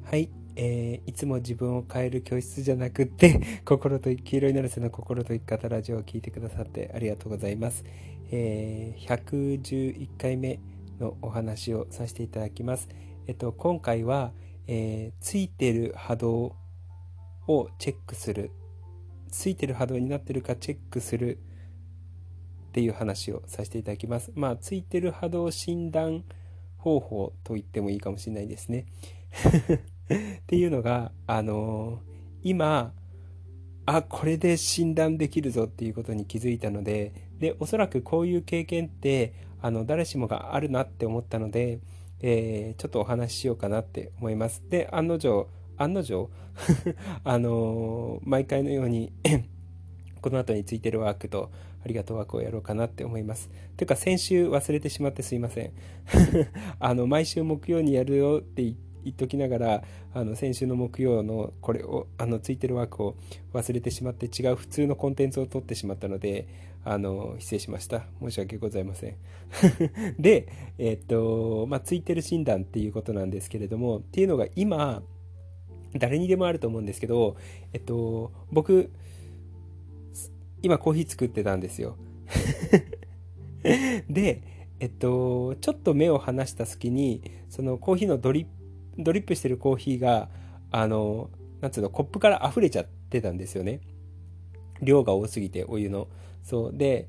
はい、いつも自分を変える教室じゃなくって心と黄色いナルセの心と生き方ラジオを聞いてくださってありがとうございます。111回目のお話をさせていただきます。今回は、ついてる波動をチェックする、ついてる波動になってるかチェックするっていう話をさせていただきます。ついてる波動診断方法と言ってもいいかもしれないですねっていうのが、今これで診断できるぞっていうことに気づいたので、おそらくこういう経験って誰しもがあるなって思ったので、ちょっとお話ししようかなって思います。で、案の定毎回のようにこの後についてるワークとありがとうワークをやろうかなって思います。というか先週忘れてしまってすいません毎週木曜にやるよって言っときながら先週の木曜のこれをついてるワークを忘れてしまって違う普通のコンテンツを取ってしまったので失礼しました。申し訳ございませんで、ついてる診断っていうことなんですけれども、っていうのが今誰にでもあると思うんですけど、僕今コーヒー作ってたんですよで、ちょっと目を離した隙にそのコーヒーのドリップしてるコーヒーがなんつうの、コップから溢れちゃってたんですよね。量が多すぎて、お湯の。そうで、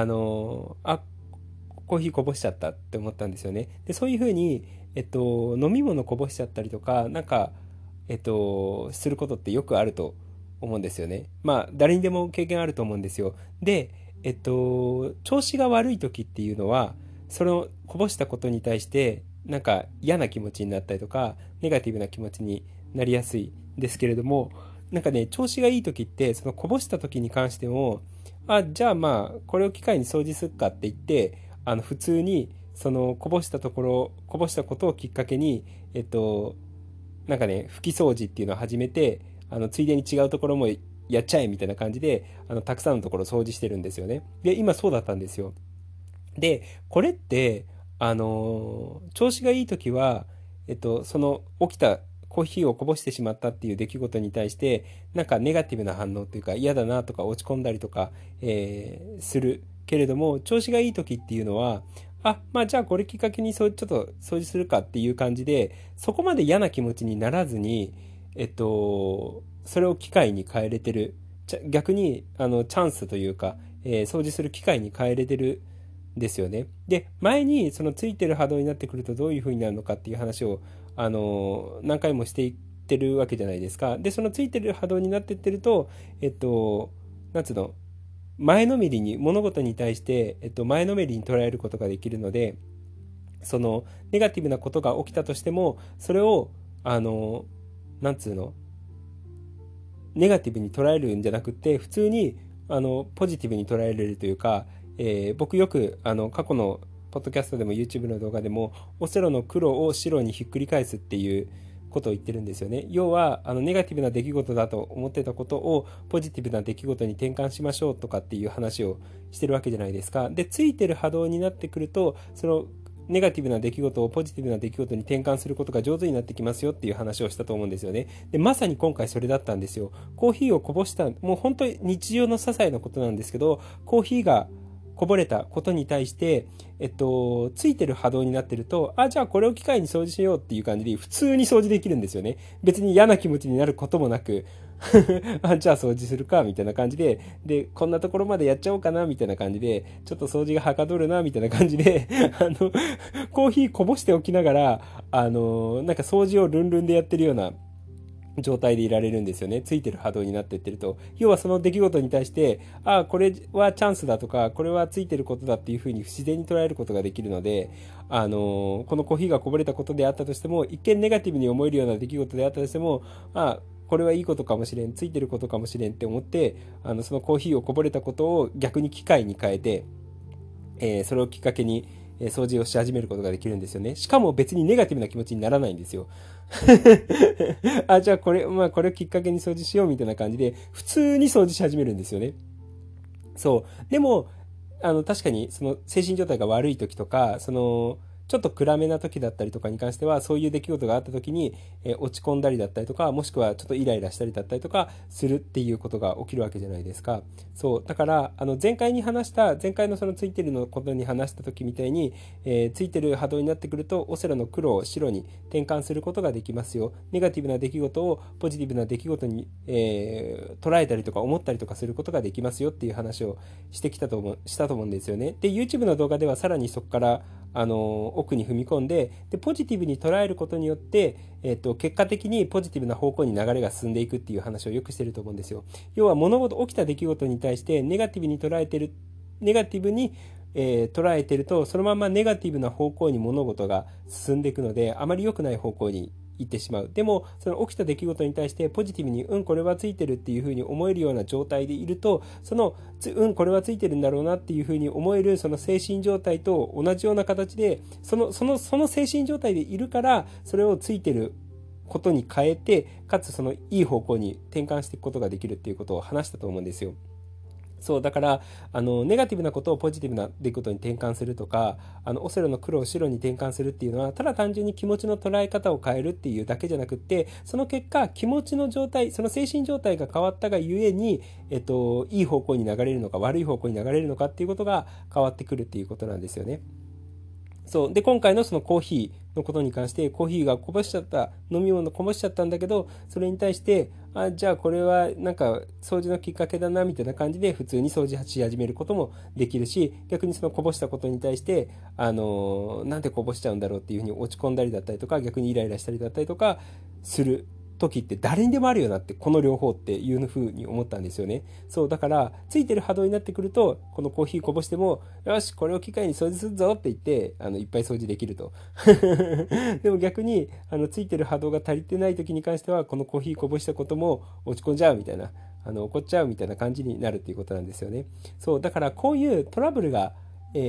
コーヒーこぼしちゃったって思ったんですよね。でそういうふうに、飲み物こぼしちゃったりとかすることってよくあると思うんですよね。誰にでも経験あると思うんですよ。で、調子が悪い時っていうのは、そのこぼしたことに対してなんか嫌な気持ちになったりとかネガティブな気持ちになりやすいんですけれども、なんかね、調子がいい時ってそのこぼした時に関しても、じゃあこれを機会に掃除すっかって言って、普通にそのこぼしたことをきっかけになんかね、拭き掃除っていうのを始めて、ついでに違うところもやっちゃえみたいな感じで、たくさんのところを掃除してるんですよね。で、今そうだったんですよ。で、これって、調子がいい時は、その起きたコーヒーをこぼしてしまったっていう出来事に対して、なんかネガティブな反応というか、嫌だなとか落ち込んだりとか、する。けれども、調子がいい時っていうのは、じゃあこれきっかけにちょっと掃除するかっていう感じで、そこまで嫌な気持ちにならずに、それを機会に変えれてる。逆に、チャンスというか、掃除する機会に変えれてるですよね。で、前にそのついてる波動になってくるとどういう風になるのかっていう話を、何回もしていってるわけじゃないですか。で、そのついてる波動になってってると、なんつうの、前のめりに、物事に対して、前のめりに捉えることができるので、その、ネガティブなことが起きたとしても、それを、なんつうの、ネガティブに捉えるんじゃなくて、普通にポジティブに捉えられるというか、僕よく過去のポッドキャストでも YouTube の動画でもオセロの黒を白にひっくり返すっていうことを言ってるんですよね。要はネガティブな出来事だと思ってたことをポジティブな出来事に転換しましょうとかっていう話をしてるわけじゃないですか。で、ついてる波動になってくると、そのネガティブな出来事をポジティブな出来事に転換することが上手になってきますよっていう話をしたと思うんですよね。で、まさに今回それだったんですよ。コーヒーをこぼした、もう本当に日常の些細なことなんですけど、コーヒーがこぼれたことに対して、ついてる波動になってると、じゃあこれを機会に掃除しようっていう感じで、普通に掃除できるんですよね。別に嫌な気持ちになることもなく、じゃあ掃除するか、みたいな感じで、で、こんなところまでやっちゃおうかな、みたいな感じで、ちょっと掃除がはかどるな、みたいな感じで、コーヒーこぼしておきながら、なんか掃除をルンルンでやってるような、状態でいられるんですよね。ついてる波動になっていってると。要はその出来事に対して、これはチャンスだとか、これはついてることだっていうふうに自然に捉えることができるので、このコーヒーがこぼれたことであったとしても、一見ネガティブに思えるような出来事であったとしても、これはいいことかもしれん、ついてることかもしれんって思って、そのコーヒーをこぼれたことを逆に機会に変えて、それをきっかけに、掃除をし始めることができるんですよね。しかも別にネガティブな気持ちにならないんですよ。じゃあこれをきっかけに掃除しようみたいな感じで、普通に掃除し始めるんですよね。そう。でも、確かに、その、精神状態が悪い時とか、その、 ちょっと暗めな時だったりとかに関しては、そういう出来事があった時に、落ち込んだりだったりとか、もしくはちょっとイライラしたりだったりとかするっていうことが起きるわけじゃないですか。そうだから前回のそのツイてるのことに話した時みたいに、ついてる波動になってくると、オセロの黒を白に転換することができますよ。ネガティブな出来事をポジティブな出来事に、捉えたりとか思ったりとかすることができますよっていう話をしたと思うんですよね。で YouTube の動画ではさらにそこから奥に踏み込んで、ポジティブに捉えることによって、結果的にポジティブな方向に流れが進んでいくっていう話をよくしてると思うんですよ。要は物事、起きた出来事に対してネガティブに捉えてると、そのままネガティブな方向に物事が進んでいくので、あまり良くない方向に行ってしまう。でもその起きた出来事に対してポジティブにこれはついてるっていう風に思えるような状態でいると、そのこれはついてるんだろうなっていう風に思えるその精神状態と同じような形で、その精神状態でいるから、それをついてることに変えて、かつそのいい方向に転換していくことができるっていうことを話したと思うんですよ。そうだからネガティブなことをポジティブな出来事に転換するとか、オセロの黒を白に転換するっていうのは、ただ単純に気持ちの捉え方を変えるっていうだけじゃなくって、その結果気持ちの状態、その精神状態が変わったがゆえに、いい方向に流れるのか悪い方向に流れるのかっていうことが変わってくるっていうことなんですよね。そうで、今回のそのコーヒーのことに関して、コーヒーが飲み物こぼしちゃったんだけど、それに対してじゃあこれはなんか掃除のきっかけだなみたいな感じで普通に掃除し始めることもできるし、逆にそのこぼしたことに対してなんでこぼしちゃうんだろうっていうふうに落ち込んだりだったりとか、逆にイライラしたりだったりとかする時って誰にでもあるよなって、この両方っていうふうに思ったんですよね。そうだからついてる波動になってくると、このコーヒーこぼしても、よしこれを機会に掃除するぞって言っていっぱい掃除できるとでも逆についてる波動が足りてない時に関しては、このコーヒーこぼしたことも落ち込んじゃうみたいな、怒っちゃうみたいな感じになるっていうことなんですよね。そうだからこういうトラブルが、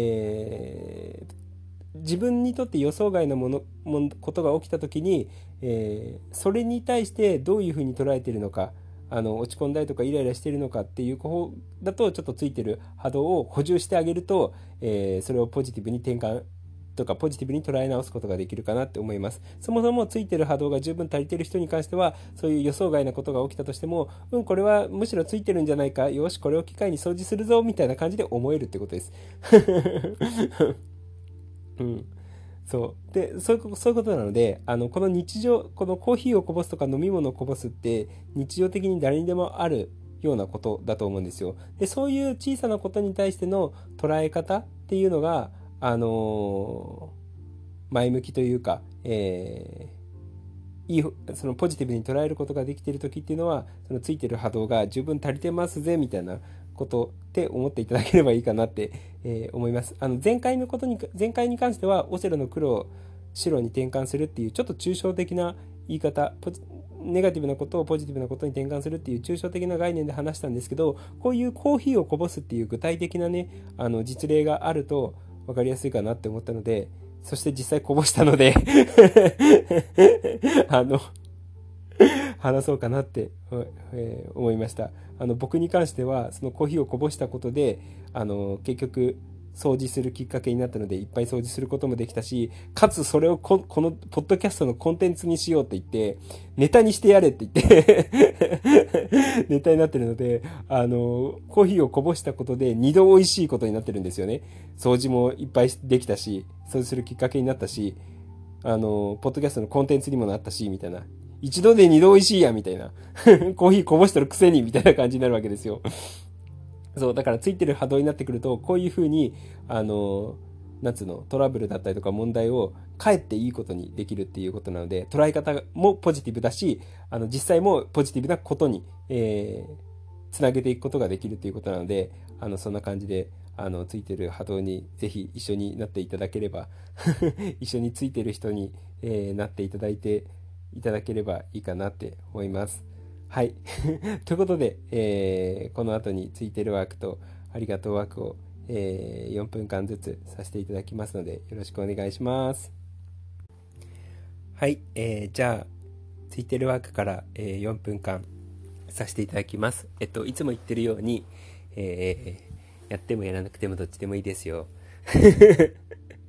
自分にとって予想外のことが起きた時に、それに対してどういうふうに捉えているのか、落ち込んだりとかイライラしているのかっていう方だと、ちょっとついてる波動を補充してあげると、それをポジティブに転換とかポジティブに捉え直すことができるかなって思います。そもそもついてる波動が十分足りてる人に関しては、そういう予想外なことが起きたとしても、これはむしろついてるんじゃないか、よしこれを機会に掃除するぞみたいな感じで思えるってことですうん、そういうことなので、このこのコーヒーをこぼすとか飲み物をこぼすって日常的に誰にでもあるようなことだと思うんですよ。でそういう小さなことに対しての捉え方っていうのが、前向きというか、そのポジティブに捉えることができている時っていうのは、そのついてる波動が十分足りてますぜみたいなことって思っていただければいいかなって、思います。前回に関してはオセロの黒を白に転換するっていうちょっと抽象的な言い方、ネガティブなことをポジティブなことに転換するっていう抽象的な概念で話したんですけど、こういうコーヒーをこぼすっていう具体的なね、実例があると分かりやすいかなって思ったので、そして実際こぼしたので話そうかなって、思いました。僕に関してはそのコーヒーをこぼしたことで結局掃除するきっかけになったので、いっぱい掃除することもできたし、かつそれをこのポッドキャストのコンテンツにしようって言ってネタにしてやれって言ってネタになってるので、コーヒーをこぼしたことで2度美味しいことになってるんですよね。掃除もいっぱいできたし、掃除するきっかけになったし、ポッドキャストのコンテンツにもなったしみたいな、一度で二度美味しいやみたいなコーヒーこぼしてるくせにみたいな感じになるわけですよ。そうだからついてる波動になってくると、こういう風にトラブルだったりとか問題をかえっていいことにできるっていうことなので、捉え方もポジティブだし、実際もポジティブなことに、つなげていくことができるということなので、そんな感じでついてる波動にぜひ一緒になっていただければ一緒についてる人に、なっていただければいいかなって思います。はい。ということで、この後についてるワークとありがとうワークを、4分間ずつさせていただきますので、よろしくお願いします。はい。じゃあ、ついてるワークから、4分間させていただきます。いつも言ってるように、やってもやらなくてもどっちでもいいですよ。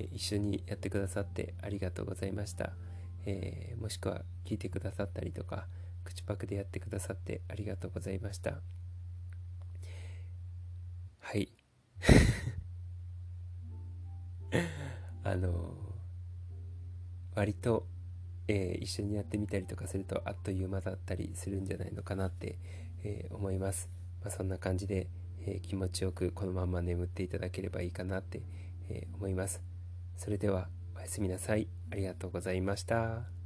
一緒にやってくださってありがとうございました。もしくは聞いてくださったりとか、口パクでやってくださってありがとうございました。はい。あの割と、一緒にやってみたりとかするとあっという間だったりするんじゃないのかなって、思います。そんな感じで、気持ちよくこのまま眠っていただければいいかなって、思います。それではおやすみなさい。ありがとうございました。